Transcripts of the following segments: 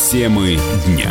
Темы дня.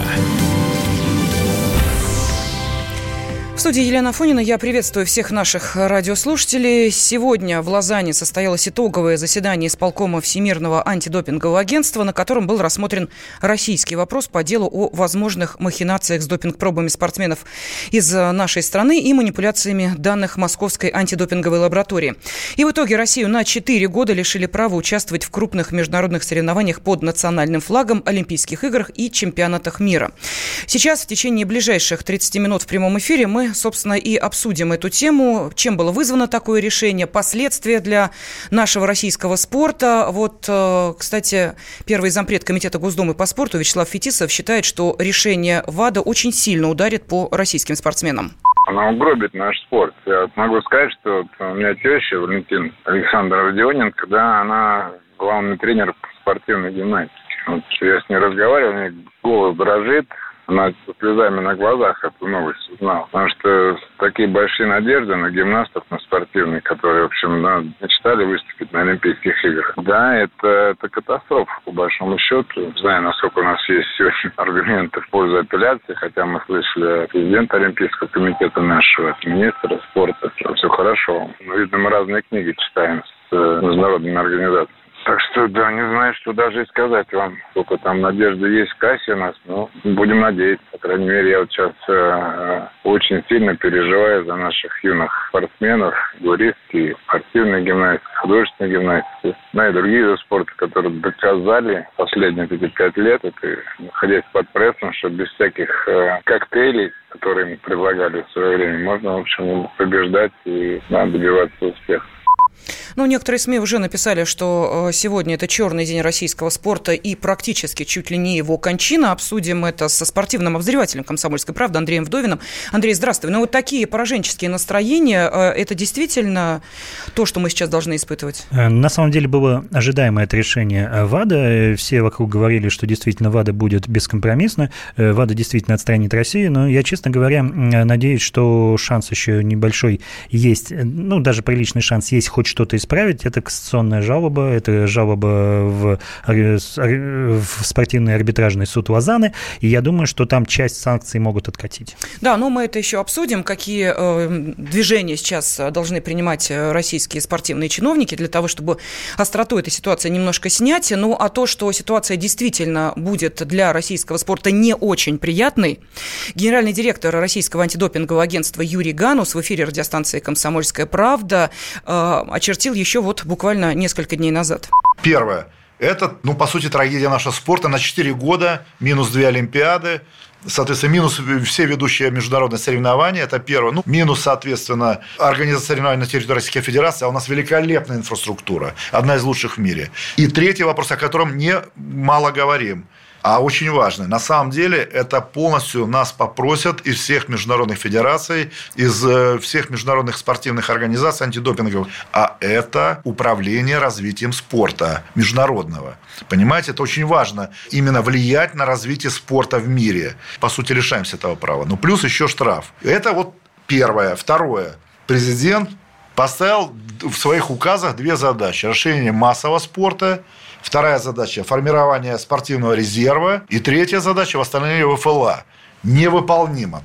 В студии Елена Афонина. Я приветствую всех наших радиослушателей. Сегодня в Лозанне состоялось итоговое заседание исполкома Всемирного антидопингового агентства, на котором был рассмотрен российский вопрос по делу о возможных махинациях с допинг-пробами спортсменов из нашей страны и манипуляциями данных Московской антидопинговой лаборатории. И в итоге Россию на 4 года лишили права участвовать в крупных международных соревнованиях под национальным флагом, Олимпийских играх и чемпионатах мира. Сейчас в течение ближайших 30 минут в прямом эфире мы, собственно, и обсудим эту тему, чем было вызвано такое решение, последствия для нашего российского спорта. Вот, кстати, первый зампред Комитета Госдумы по спорту Вячеслав Фетисов считает, что решение ВАДА очень сильно ударит по российским спортсменам. Она угробит наш спорт. Я могу сказать, что у меня теща Валентина Александра Родионенко, да, она главный тренер по спортивной гимнастике. Вот я с ней разговаривал, у нее голос дрожит. Она со слезами на глазах эту новость узнала. Потому что такие большие надежды на гимнастов, на спортивных, которые, в общем, мечтали выступить на Олимпийских играх. Да, это катастрофа, по большому счету. Знаю, насколько у нас есть сегодня аргументы в пользу апелляции, хотя мы слышали от президента Олимпийского комитета нашего, от министра спорта, что все хорошо. Но, видно, мы разные книги читаем с международными организациями. Так что, да, не знаю, что даже и сказать вам. Сколько там надежды есть в кассе у нас, но будем надеяться. По крайней мере, я вот сейчас очень сильно переживаю за наших юных спортсменов, гимнастки, спортивной гимнастики, художественной гимнастики, да, и другие виды спорта, которые доказали последние 5 лет, это находясь под прессом, что без всяких коктейлей, которые им предлагали в свое время, можно, в общем, побеждать и добиваться успеха. Ну, некоторые СМИ уже написали, что сегодня это черный день российского спорта и практически чуть ли не его кончина. Обсудим это со спортивным обозревателем «Комсомольской правды» Андреем Вдовиным. Андрей, здравствуй. Ну, вот такие пораженческие настроения, это действительно то, что мы сейчас должны испытывать? На самом деле было ожидаемое это решение ВАДА. Все вокруг говорили, что действительно ВАДА будет бескомпромиссно. ВАДА действительно отстранит Россию. Но я, честно говоря, надеюсь, что шанс еще небольшой есть. Ну, даже приличный шанс есть хоть что-то исправить. Это кассационная жалоба, это жалоба в спортивный арбитражный суд Лозанны, и я думаю, что там часть санкций могут откатить. Да, но мы это еще обсудим, какие движения сейчас должны принимать российские спортивные чиновники для того, чтобы остроту этой ситуации немножко снять. Ну, а то, что ситуация действительно будет для российского спорта не очень приятной, генеральный директор Российского антидопингового агентства Юрий Ганус в эфире радиостанции «Комсомольская правда» очертил еще вот буквально несколько дней назад. Первое. Это, по сути, трагедия нашего спорта на 4 года, минус 2 Олимпиады, соответственно, минус все ведущие международные соревнования, это первое. Минус, соответственно, организация соревнований на территории Российской Федерации, а у нас великолепная инфраструктура, одна из лучших в мире. И третий вопрос, о котором не мало говорим, а очень важно. На самом деле, это полностью нас попросят из всех международных федераций, из всех международных спортивных организаций антидопинговых. А это управление развитием спорта международного. Понимаете, это очень важно. Именно влиять на развитие спорта в мире. По сути, лишаемся этого права. Плюс еще штраф. Это вот первое. Второе. Президент поставил в своих указах 2 задачи. Расширение массового спорта. Вторая задача – формирование спортивного резерва. И третья задача – восстановление ВФЛА. Невыполнимо.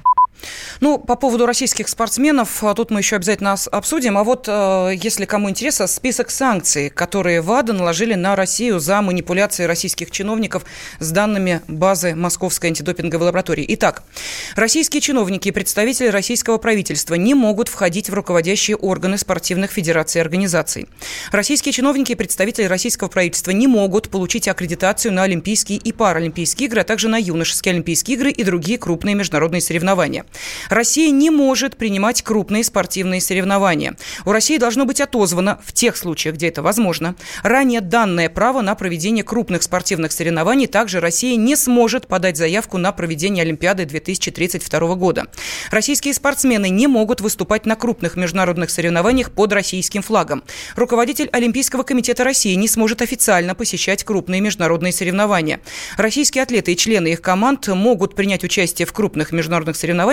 По поводу российских спортсменов, тут мы еще обязательно обсудим. А вот, если кому интересно, список санкций, которые ВАДА наложили на Россию за манипуляции российских чиновников с данными базы Московской антидопинговой лаборатории. Итак, российские чиновники и представители российского правительства не могут входить в руководящие органы спортивных федераций и организаций. Российские чиновники и представители российского правительства не могут получить аккредитацию на Олимпийские и Паралимпийские игры, а также на юношеские Олимпийские игры и другие крупные международные соревнования. Россия не может принимать крупные спортивные соревнования. У России должно быть отозвано, в тех случаях, где это возможно, ранее данное право на проведение крупных спортивных соревнований. Также Россия не сможет подать заявку на проведение Олимпиады 2032 года. Российские спортсмены не могут выступать на крупных международных соревнованиях под российским флагом. Руководитель Олимпийского комитета России не сможет официально посещать крупные международные соревнования. Российские атлеты и члены их команд могут принять участие в крупных международных соревнованиях, доказав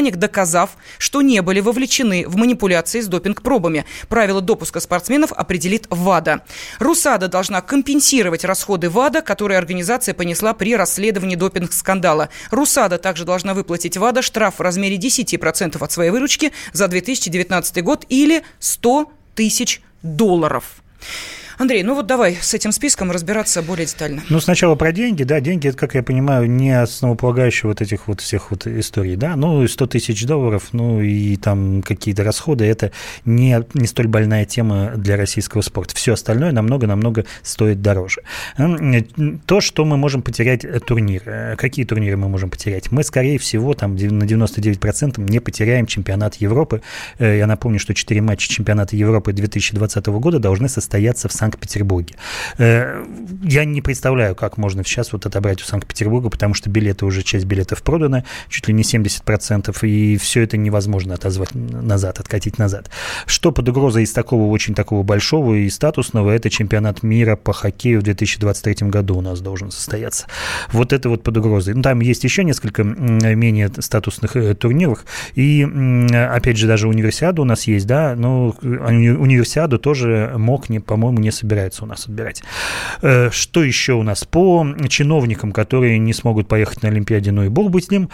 доказав, что не были вовлечены в манипуляции с допинг-пробами. Правила допуска спортсменов определит ВАДА. РУСАДА должна компенсировать расходы ВАДА, которые организация понесла при расследовании допинг-скандала. РУСАДА также должна выплатить ВАДА штраф в размере 10% от своей выручки за 2019 год или $100 тысяч. Андрей, ну вот давай с этим списком разбираться более детально. Ну, сначала про деньги. Да, деньги, это, как я понимаю, не основополагающие вот этих вот всех вот историй. Да, ну, $100 тысяч, ну, и там какие-то расходы, это не столь больная тема для российского спорта. Все остальное намного-намного стоит дороже. То, что мы можем потерять турниры. Какие турниры мы можем потерять? Мы, скорее всего, там на 99% не потеряем чемпионат Европы. Я напомню, что 4 матча чемпионата Европы 2020 года должны состояться в Санкт-Петербурге. Я не представляю, как можно сейчас вот отобрать у Санкт-Петербурга, потому что билеты уже, часть билетов продана, чуть ли не 70%, и все это невозможно отозвать назад, откатить назад. Что под угрозой из такого, очень такого большого и статусного, это чемпионат мира по хоккею в 2023 году у нас должен состояться. Вот это вот под угрозой. Ну, там есть еще несколько менее статусных турниров, и, опять же, даже универсиада у нас есть, да, но универсиаду тоже МОК, по-моему, не собирается у нас отбирать. Что еще у нас? По чиновникам, которые не смогут поехать на Олимпиаде, ну и бог бы с ним,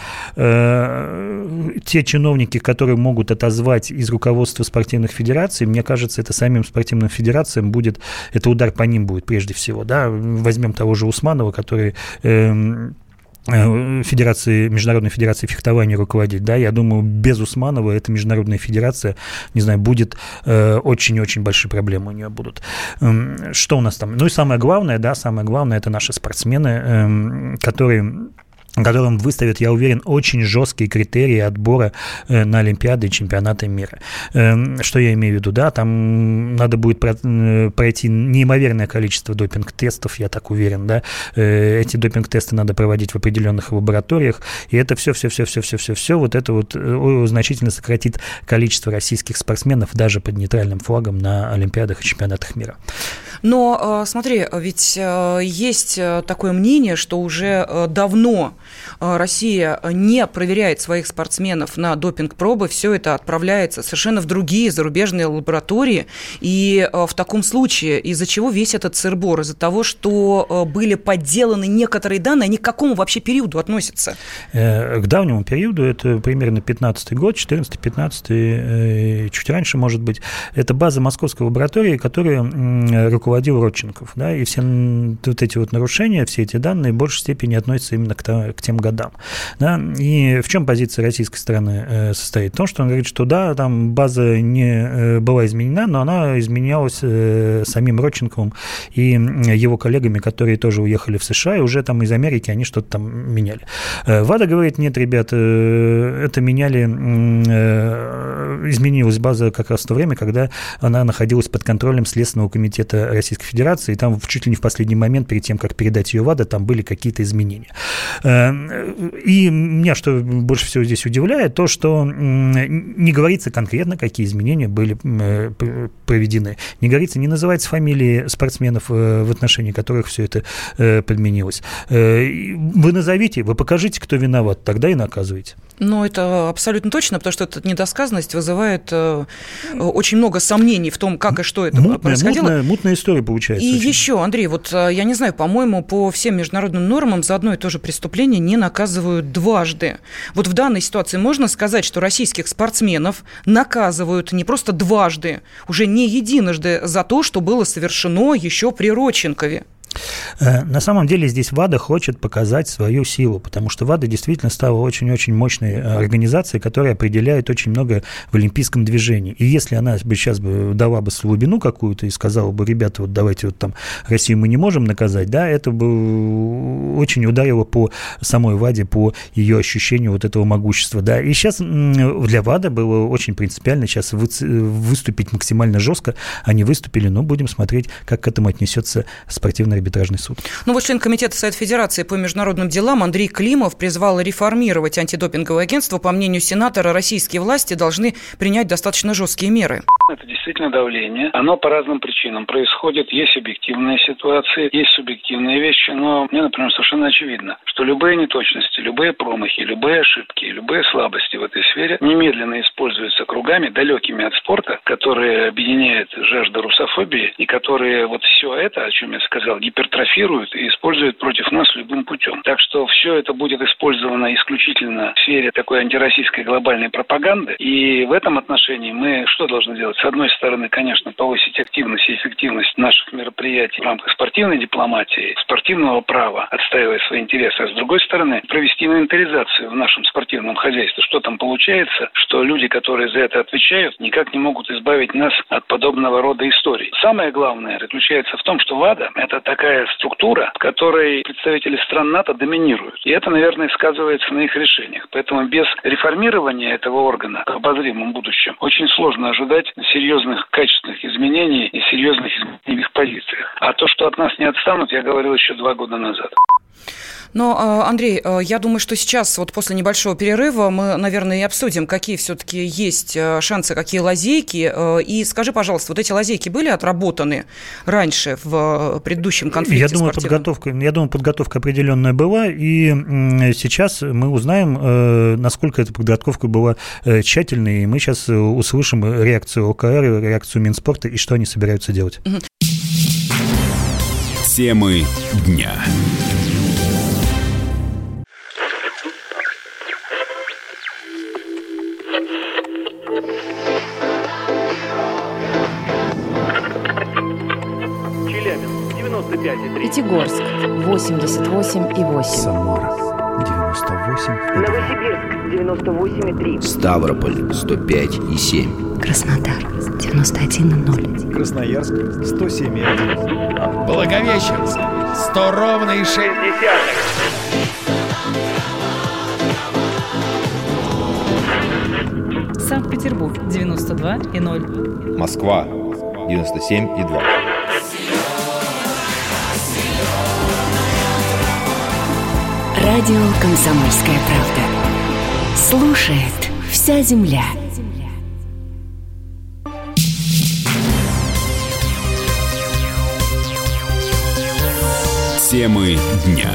те чиновники, которые могут отозвать из руководства спортивных федераций, мне кажется, это самим спортивным федерациям будет, это удар по ним будет прежде всего. Да? Возьмем того же Усманова, который... Международной федерации фехтования руководить, да, я думаю, без Усманова эта международная федерация, не знаю, будет очень-очень большие проблемы у нее будут. Что у нас там? Ну и самое главное, это наши спортсмены, которым выставят, я уверен, очень жесткие критерии отбора на Олимпиады и чемпионаты мира. Что я имею в виду? Да, там надо будет пройти неимоверное количество допинг-тестов, я так уверен, да. Эти допинг-тесты надо проводить в определенных лабораториях, и это все, вот это вот значительно сократит количество российских спортсменов даже под нейтральным флагом на Олимпиадах и чемпионатах мира. Но, смотри, ведь есть такое мнение, что уже давно Россия не проверяет своих спортсменов на допинг-пробы, все это отправляется совершенно в другие зарубежные лаборатории, и в таком случае из-за чего весь этот сыр-бор? Из-за того, что были подделаны некоторые данные, они к какому вообще периоду относятся? К давнему периоду, это примерно 15-й год, 14-15, чуть раньше, может быть, это база московской лаборатории, которая руководил Родченков, да, и все вот эти вот нарушения, все эти данные в большей степени относятся именно к тем годам. Да? И в чем позиция российской стороны состоит? В том, что он говорит, что да, там база не была изменена, но она изменялась самим Родченковым и его коллегами, которые тоже уехали в США, и уже там из Америки они что-то там меняли. ВАДА говорит, нет, ребят, это изменилась база как раз в то время, когда она находилась под контролем Следственного комитета Российской Федерации, и там чуть ли не в последний момент, перед тем, как передать ее ВАДА, там были какие-то изменения. И меня что больше всего здесь удивляет, то, что не говорится конкретно, какие изменения были проведены. Не говорится, не называется фамилии спортсменов, в отношении которых все это подменилось. Вы назовите, вы покажите, кто виноват, тогда и наказывайте. Ну, это абсолютно точно, потому что эта недосказанность вызывает очень много сомнений в том, как и что это происходило. Мутная история получается. И еще, Андрей, вот я не знаю, по-моему, по всем международным нормам за одно и то же преступление не наказывают дважды. Вот в данной ситуации можно сказать, что российских спортсменов наказывают не просто дважды, уже не единожды за то, что было совершено еще при Родченкове. На самом деле здесь ВАДА хочет показать свою силу, потому что ВАДА действительно стала очень-очень мощной организацией, которая определяет очень много в олимпийском движении. И если она бы сейчас дала бы слабину какую-то и сказала бы, ребята, вот давайте вот там Россию мы не можем наказать, да, это бы очень ударило по самой ВАДе, по ее ощущению вот этого могущества, да. И сейчас для ВАДА было очень принципиально сейчас выступить максимально жестко. Они выступили, но будем смотреть, как к этому отнесется спортивная организация арбитражный суд. Ну вот член комитета Совета Федерации по международным делам Андрей Климов призвал реформировать антидопинговое агентство. По мнению сенатора, российские власти должны принять достаточно жесткие меры. Это действительно давление. Оно по разным причинам происходит. Есть объективные ситуации, есть субъективные вещи, но мне, например, совершенно очевидно, что любые неточности, любые промахи, любые ошибки, любые слабости в этой сфере немедленно используются кругами, далекими от спорта, которые объединяют жажду русофобии и которые вот все это, о чем я сказал, гипертрофируют и используют против нас любым путем. Так что все это будет использовано исключительно в сфере такой антироссийской глобальной пропаганды. И в этом отношении мы что должны делать? С одной стороны, конечно, повысить активность и эффективность наших мероприятий в рамках спортивной дипломатии, спортивного права, отстаивая свои интересы. А с другой стороны, провести инвентаризацию в нашем спортивном хозяйстве. Что там получается, что люди, которые за это отвечают, никак не могут избавить нас от подобного рода историй. Самое главное заключается в том, что ВАДА – это такая структура, в которой представители стран НАТО доминируют. И это, наверное, сказывается на их решениях. Поэтому без реформирования этого органа в обозримом будущем очень сложно ожидать серьезных качественных изменений и серьезных изменений в их позициях. А то, что от нас не отстанут, я говорил еще 2 года назад. Но, Андрей, я думаю, что сейчас, вот после небольшого перерыва, мы, наверное, и обсудим, какие все-таки есть шансы, какие лазейки. И скажи, пожалуйста, вот эти лазейки были отработаны раньше в предыдущем конфликте спортивном? Я думаю, подготовка определенная была, и сейчас мы узнаем, насколько эта подготовка была тщательной, и мы сейчас услышим реакцию ОКР, реакцию Минспорта, и что они собираются делать. Темы дня. Пятигорск 88,8. Самара 98,2. Новосибирск 98,3. Ставрополь 105,7. Краснодар 91,0. Красноярск 107,1. Благовещенск 100,6. Санкт-Петербург 92,0. Москва 97,2. Радио «Комсомольская правда». Слушает вся земля. Темы дня.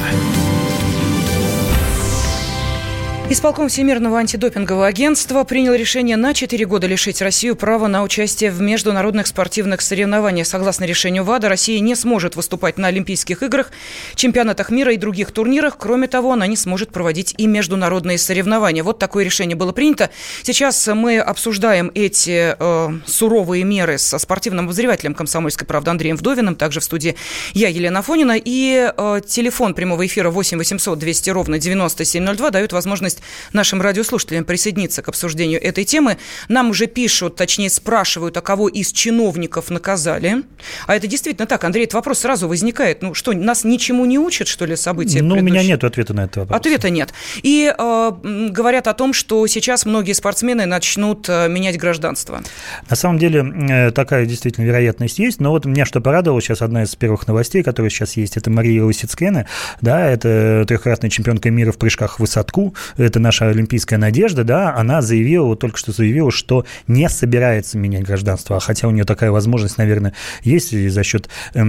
Исполком Всемирного антидопингового агентства принял решение на 4 года лишить Россию права на участие в международных спортивных соревнованиях. Согласно решению ВАДА, Россия не сможет выступать на Олимпийских играх, чемпионатах мира и других турнирах. Кроме того, она не сможет проводить и международные соревнования. Вот такое решение было принято. Сейчас мы обсуждаем эти суровые меры со спортивным обозревателем «Комсомольской правды» Андреем Вдовиным. Также в студии я, Елена Афонина. И телефон прямого эфира 8 800 200 ровно 9702 дает возможность нашим радиослушателям присоединиться к обсуждению этой темы. Нам уже пишут, точнее спрашивают, а кого из чиновников наказали. А это действительно так, Андрей, этот вопрос сразу возникает. Ну что, нас ничему не учат, что ли, события? Ну, у меня нет ответа на этот вопрос. Ответа нет. И говорят о том, что сейчас многие спортсмены начнут менять гражданство. На самом деле, такая действительно вероятность есть. Но вот меня что порадовало, сейчас одна из первых новостей, которая сейчас есть, это Мария Лисицкена, да, это трехкратная чемпионка мира в прыжках в высотку. Это наша олимпийская надежда, да, она заявила, только что заявила, что не собирается менять гражданство, хотя у нее такая возможность, наверное, есть за счет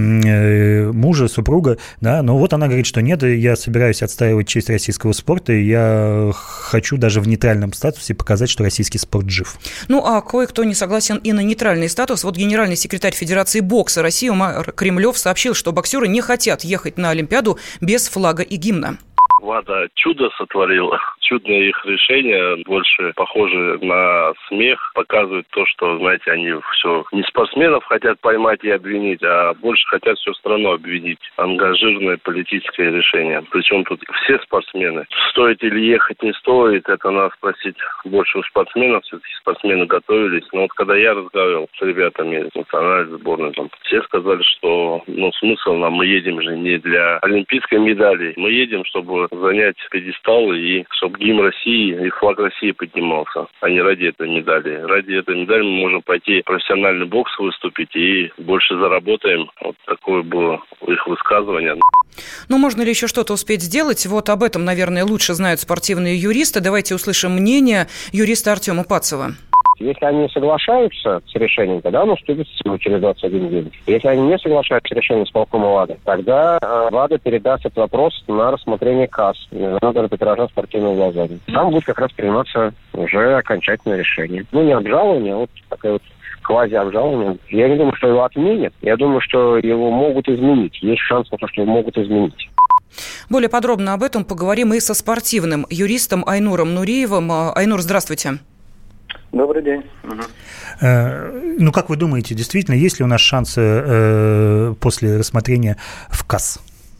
мужа, супруга, да, но вот она говорит, что нет, я собираюсь отстаивать честь российского спорта, и я хочу даже в нейтральном статусе показать, что российский спорт жив. Ну, а кое-кто не согласен и на нейтральный статус. Вот генеральный секретарь Федерации бокса России Умар Кремлев сообщил, что боксеры не хотят ехать на Олимпиаду без флага и гимна. ВАДА чудо сотворила. Чудное их решение, больше похоже на смех, показывает то, что, знаете, они все не спортсменов хотят поймать и обвинить, а больше хотят всю страну обвинить. Ангажированное политическое решение. Причем тут все спортсмены. Стоит или ехать, не стоит, это надо спросить больше у спортсменов. Все-таки спортсмены готовились. Но вот когда я разговаривал с ребятами из национальной сборной, там, все сказали, что смысл нам, мы едем же не для олимпийской медали. Мы едем, чтобы занять пьедестал и чтобы гимн России и флаг России поднимался, а не ради этой медали. Ради этой медали мы можем пойти в профессиональный бокс выступить и больше заработаем. Вот такое было их высказывание. Ну, можно ли еще что-то успеть сделать? Вот об этом, наверное, лучше знают спортивные юристы. Давайте услышим мнение юриста Артема Пацева. Если они соглашаются с решением, тогда оно вступит в силу через 21 день. Если они не соглашаются с решением исполкома ВАДА, тогда ВАДА передаст этот вопрос на рассмотрение КАС, Международного арбитража спортивного лазания. Там будет как раз приниматься уже окончательное решение. Ну, не обжалование, а вот такая вот квази-обжалование. Я не думаю, что его отменят. Я думаю, что его могут изменить. Есть шанс на то, что его могут изменить. Более подробно об этом поговорим и со спортивным юристом Айнуром Нуриевым. Айнур, здравствуйте. Добрый день. Ну, как вы думаете, действительно, есть ли у нас шансы после рассмотрения в КАС?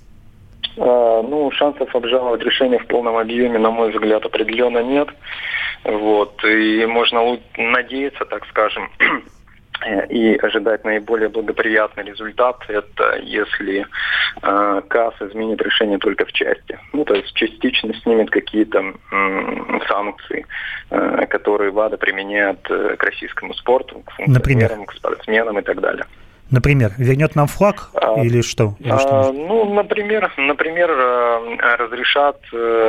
Шансов обжаловать решение в полном объеме, на мой взгляд, определенно нет. Вот. И можно надеяться, так скажем, и ожидать наиболее благоприятный результат, это если КАС изменит решение только в части. То есть частично снимет какие-то санкции, которые ВАДА применяет к российскому спорту, к функционерам, к спортсменам и так далее. Например, вернет нам флаг или что? Например, разрешат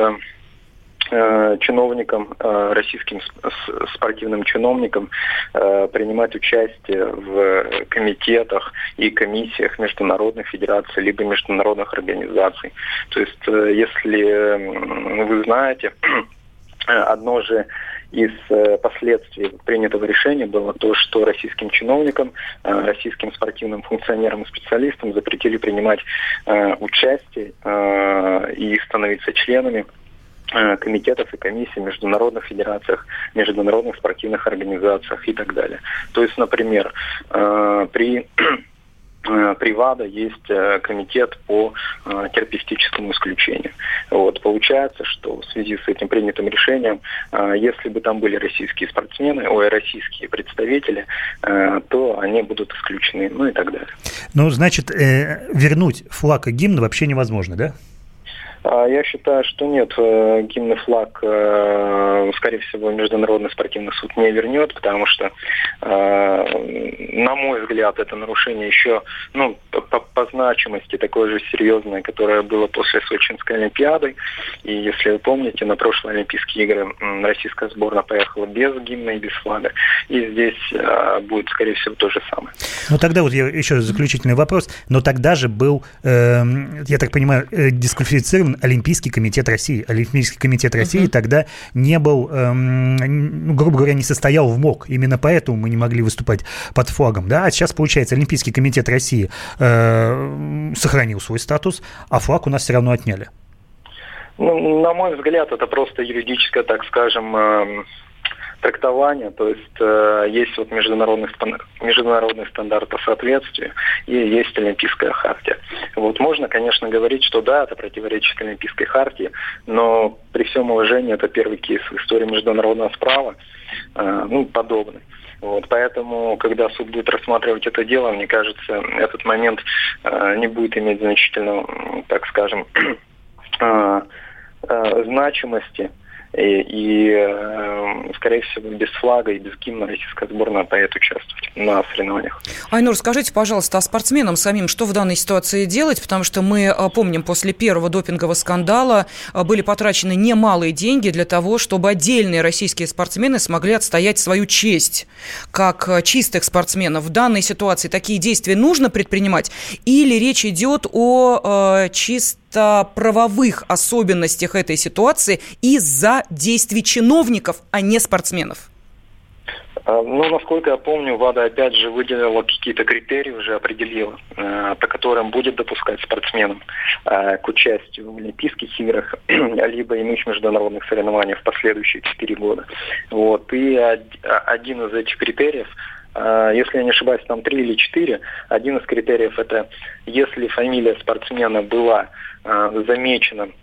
чиновникам, российским спортивным чиновникам принимать участие в комитетах и комиссиях международных федераций либо международных организаций. То есть, если вы знаете, одно же из последствий принятого решения было то, что российским чиновникам, российским спортивным функционерам и специалистам запретили принимать участие и становиться членами комитетов и комиссий в международных федерациях, международных спортивных организациях и так далее. То есть, например, при ВАДА есть комитет по терапевтическому исключению. Вот. Получается, что в связи с этим принятым решением, если бы там были российские спортсмены, российские представители, то они будут исключены, и так далее. Значит, вернуть флаг и гимн вообще невозможно, да? Я считаю, что нет. Гимн и флаг, скорее всего, Международный спортивный суд не вернет, потому что, на мой взгляд, это нарушение еще по значимости такое же серьезное, которое было после Сочинской Олимпиады. И если вы помните, на прошлые Олимпийские игры российская сборная поехала без гимна и без флага. И здесь будет, скорее всего, то же самое. Тогда вот еще заключительный вопрос. Но тогда же был, я так понимаю, дисквалифицирован Олимпийский комитет России. Олимпийский комитет России тогда не был, грубо говоря, не состоял в МОК. Именно поэтому мы не могли выступать под флагом. Да? А сейчас, получается, Олимпийский комитет России сохранил свой статус, а флаг у нас все равно отняли. На мой взгляд, это просто юридическое, так скажем, трактование, то есть есть вот международный стандарт по соответствию и есть Олимпийская хартия. Вот можно, конечно, говорить, что да, это противоречит Олимпийской хартии, но при всем уважении это первый кейс в истории международного права, подобный. Вот, поэтому, когда суд будет рассматривать это дело, мне кажется, этот момент не будет иметь значительного, так скажем, значимости. И, скорее всего, без флага и без гимна российская сборная поедет участвовать на соревнованиях. Айнур, скажите, пожалуйста, а спортсменам самим что в данной ситуации делать? Потому что мы помним, после первого допингового скандала были потрачены немалые деньги для того, чтобы отдельные российские спортсмены смогли отстоять свою честь как чистых спортсменов. В данной ситуации такие действия нужно предпринимать? Или речь идет о чисто правовых особенностях этой ситуации из-за действий чиновников, а не спортсменов? Насколько я помню, ВАДА опять же выделила какие-то критерии, уже определила, по которым будет допускать спортсменов к участию в Олимпийских играх, либо иных международных соревнованиях в последующие 4 года. Вот. И один из этих критериев, если я не ошибаюсь, там 3 или 4, один из критериев — это если фамилия спортсмена была замечена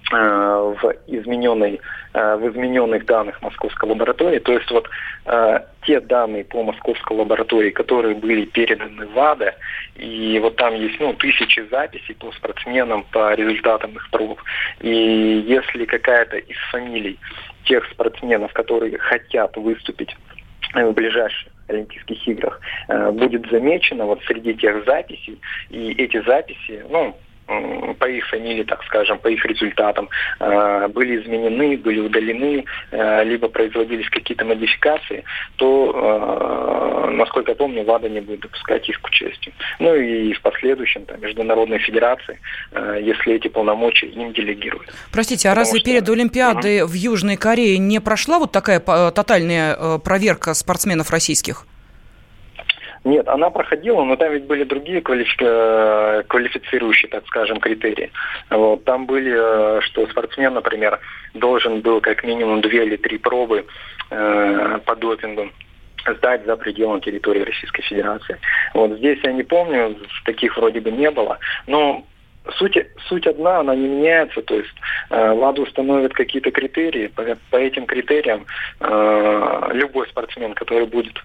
в измененных данных московской лаборатории. То есть вот те данные по московской лаборатории, которые были переданы в ВАДА, и вот там есть тысячи записей по спортсменам, по результатам их проб. И если какая-то из фамилий тех спортсменов, которые хотят выступить в ближайших Олимпийских играх, будет замечена вот среди тех записей, и эти записи, по их фамилии, так скажем, по их результатам, были изменены, были удалены, либо производились какие-то модификации, то, насколько я помню, ВАДА не будет допускать их к участию. И в последующем международной федерации, если эти полномочия им делегируют. Простите, а разве перед Олимпиадой в Южной Корее не прошла вот такая тотальная проверка спортсменов российских? Нет, она проходила, но там ведь были другие квалифицирующие, так скажем, критерии. Вот, там были, что спортсмен, например, должен был как минимум 2 или 3 пробы по допингу сдать за пределами территории Российской Федерации. Вот здесь я не помню, таких вроде бы не было, но суть одна, она не меняется, то есть ВАДА установит какие-то критерии, по этим критериям любой спортсмен, который будет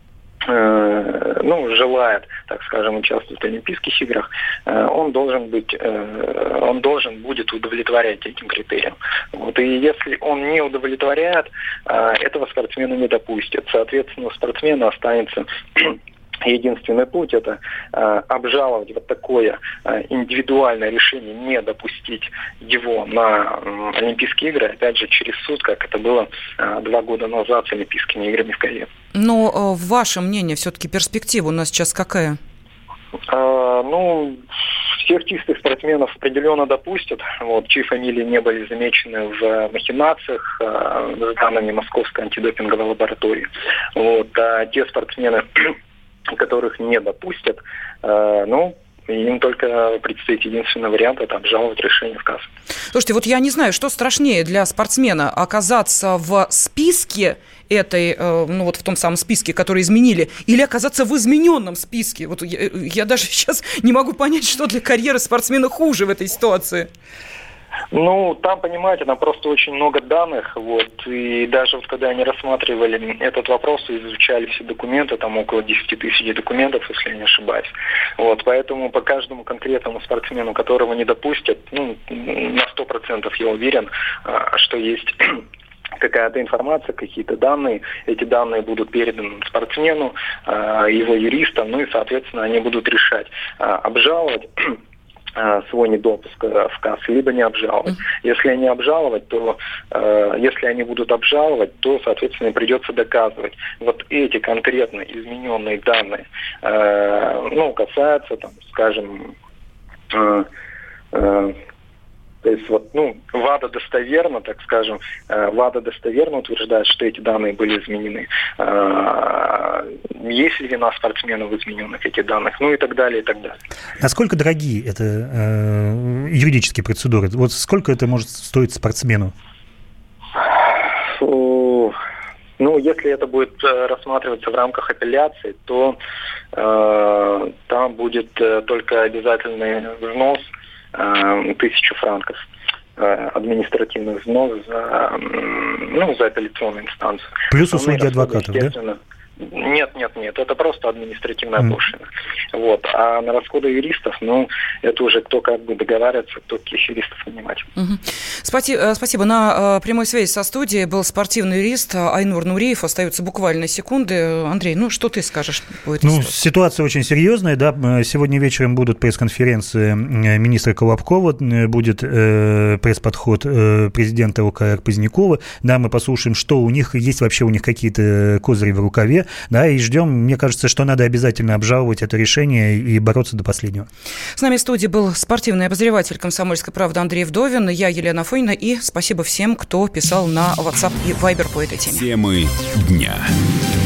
желает, так скажем, участвовать в Олимпийских играх, он должен будет удовлетворять этим критериям. Вот. И если он не удовлетворяет, этого спортсмена не допустят. Соответственно, у спортсмена останется единственный путь — это обжаловать вот такое индивидуальное решение, не допустить его на Олимпийские игры, опять же, через суд, как это было 2 года назад с Олимпийскими играми в Корее. Но ваше мнение, все-таки перспектива у нас сейчас какая? Всех чистых спортсменов определенно допустят, чьи фамилии не были замечены в махинациях с данными Московской антидопинговой лаборатории. А те спортсмены, которых не допустят, им только предстоит единственный вариант — это обжаловать решение в КАС. Слушайте, я не знаю, что страшнее для спортсмена: оказаться в списке этой, в том самом списке, который изменили, или оказаться в измененном списке. Я даже сейчас не могу понять, что для карьеры спортсмена хуже в этой ситуации. Там, понимаете, там просто очень много данных, и даже когда они рассматривали этот вопрос и изучали все документы, там около 10 тысяч документов, если я не ошибаюсь. Поэтому по каждому конкретному спортсмену, которого не допустят, на 100% я уверен, что есть какая-то информация, какие-то данные. Эти данные будут переданы спортсмену, его юристам, и, соответственно, они будут решать, обжаловать свой недопуск в КАС, либо не обжаловать. Если они обжаловать, то если они будут обжаловать, то, соответственно, придется доказывать. Эти конкретно измененные данные, касаются, скажем, то есть ВАДА достоверно, так скажем, ВАДА достоверно утверждает, что эти данные были изменены. Есть ли вина спортсмена в измененных этих данных, и так далее, и так далее. Насколько дорогие это юридические процедуры? Сколько это может стоить спортсмену? Если это будет рассматриваться в рамках апелляции, то там будет только обязательный взнос 1000 франков, административный взнос за апелляционную инстанцию. Плюс услуги адвокатов, да? Нет, это просто административная пошлина. А на расходы юристов, это уже кто как бы договаривается, кто каких юристов нанимать. Спасибо. На прямой связи со студией был спортивный юрист Айнур Нуриев. Остаются буквально секунды. Андрей, что ты скажешь по этой ситуации? Ситуация очень серьезная, да. Сегодня вечером будут пресс-конференции министра Колобкова, будет пресс-подход президента ОКР Позднякова. Да, мы послушаем, что у них, есть вообще у них какие-то козыри в рукаве. Да, и ждем, мне кажется, что надо обязательно обжаловать это решение и бороться до последнего. С нами в студии был спортивный обозреватель «Комсомольской правды» Андрей Вдовин, я Елена Афонина, и спасибо всем, кто писал на WhatsApp и Viber по этой теме. Темы дня.